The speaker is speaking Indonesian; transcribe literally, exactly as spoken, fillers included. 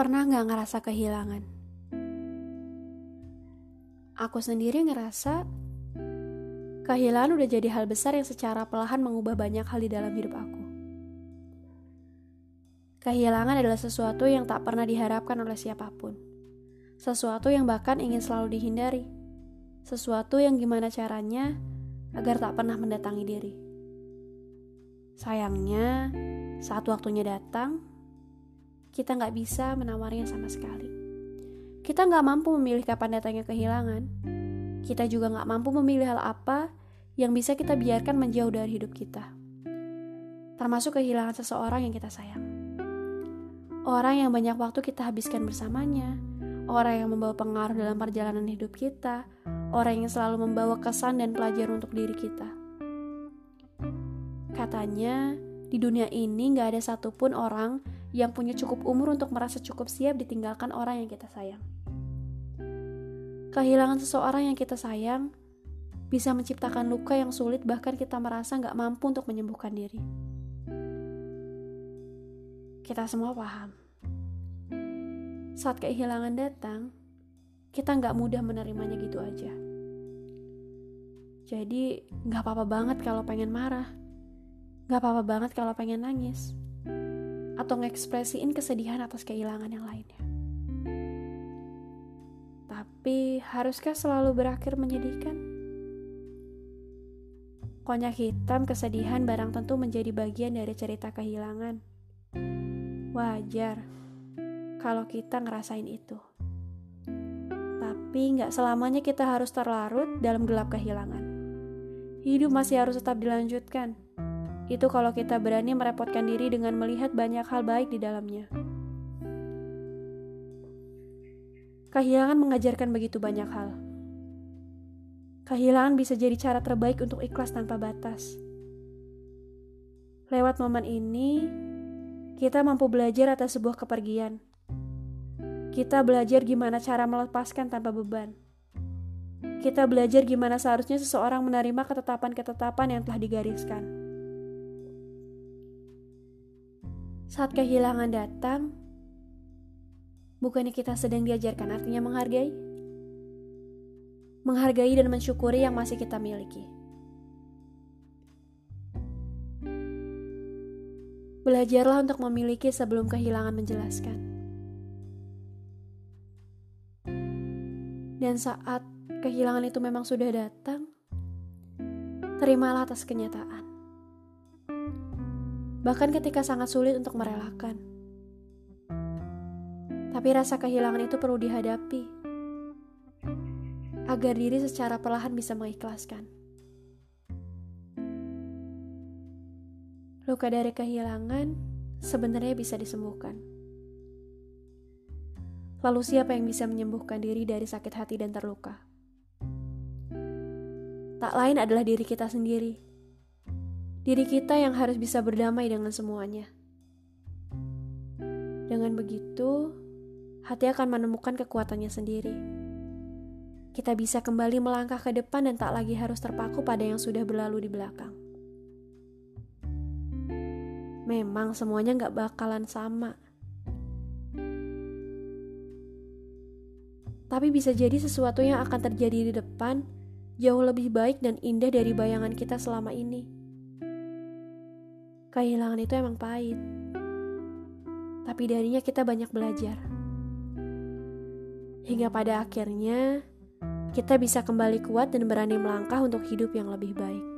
Pernah gak ngerasa kehilangan? Aku sendiri ngerasa kehilangan udah jadi hal besar yang secara perlahan mengubah banyak hal di dalam hidup aku. Kehilangan adalah sesuatu yang tak pernah diharapkan oleh siapapun. Sesuatu yang bahkan ingin selalu dihindari. Sesuatu yang gimana caranya agar tak pernah mendatangi diri. Sayangnya, saat waktunya datang, kita nggak bisa menawarnya sama sekali. Kita nggak mampu memilih kapan datangnya kehilangan. Kita juga nggak mampu memilih hal apa yang bisa kita biarkan menjauh dari hidup kita. Termasuk kehilangan seseorang yang kita sayang. Orang yang banyak waktu kita habiskan bersamanya. Orang yang membawa pengaruh dalam perjalanan hidup kita. Orang yang selalu membawa kesan dan pelajaran untuk diri kita. Katanya, di dunia ini gak ada satupun orang yang punya cukup umur untuk merasa cukup siap ditinggalkan orang yang kita sayang. Kehilangan seseorang yang kita sayang bisa menciptakan luka yang sulit, bahkan kita merasa gak mampu untuk menyembuhkan diri. Kita semua paham. Saat kehilangan datang, kita gak mudah menerimanya gitu aja. Jadi gak apa-apa banget kalau pengen marah. Gak apa-apa banget kalau pengen nangis atau ngekspresiin kesedihan atas kehilangan yang lainnya. Tapi haruskah selalu berakhir menyedihkan? Konyak hitam kesedihan barang tentu menjadi bagian dari cerita kehilangan. Wajar kalau kita ngerasain itu. Tapi gak selamanya kita harus terlarut dalam gelap kehilangan. Hidup masih harus tetap dilanjutkan. Itu kalau kita berani merepotkan diri dengan melihat banyak hal baik di dalamnya. Kehilangan mengajarkan begitu banyak hal. Kehilangan bisa jadi cara terbaik untuk ikhlas tanpa batas. Lewat momen ini, kita mampu belajar atas sebuah kepergian. Kita belajar gimana cara melepaskan tanpa beban. Kita belajar gimana seharusnya seseorang menerima ketetapan-ketetapan yang telah digariskan. Saat kehilangan datang, bukannya kita sedang diajarkan artinya menghargai? Menghargai dan mensyukuri yang masih kita miliki. Belajarlah untuk memiliki sebelum kehilangan menjelaskan. Dan saat kehilangan itu memang sudah datang, terimalah atas kenyataan. Bahkan ketika sangat sulit untuk merelakan. Tapi rasa kehilangan itu perlu dihadapi, agar diri secara perlahan bisa mengikhlaskan. Luka dari kehilangan sebenarnya bisa disembuhkan. Lalu siapa yang bisa menyembuhkan diri dari sakit hati dan terluka? Tak lain adalah diri kita sendiri. Diri kita yang harus bisa berdamai dengan semuanya. Dengan begitu, hati akan menemukan kekuatannya sendiri. Kita bisa kembali melangkah ke depan dan tak lagi harus terpaku pada yang sudah berlalu di belakang. Memang semuanya gak bakalan sama. Tapi bisa jadi sesuatu yang akan terjadi di depan jauh lebih baik dan indah dari bayangan kita selama ini. Kehilangan itu emang pahit, tapi darinya kita banyak belajar. Hingga pada akhirnya, kita bisa kembali kuat dan berani melangkah untuk hidup yang lebih baik.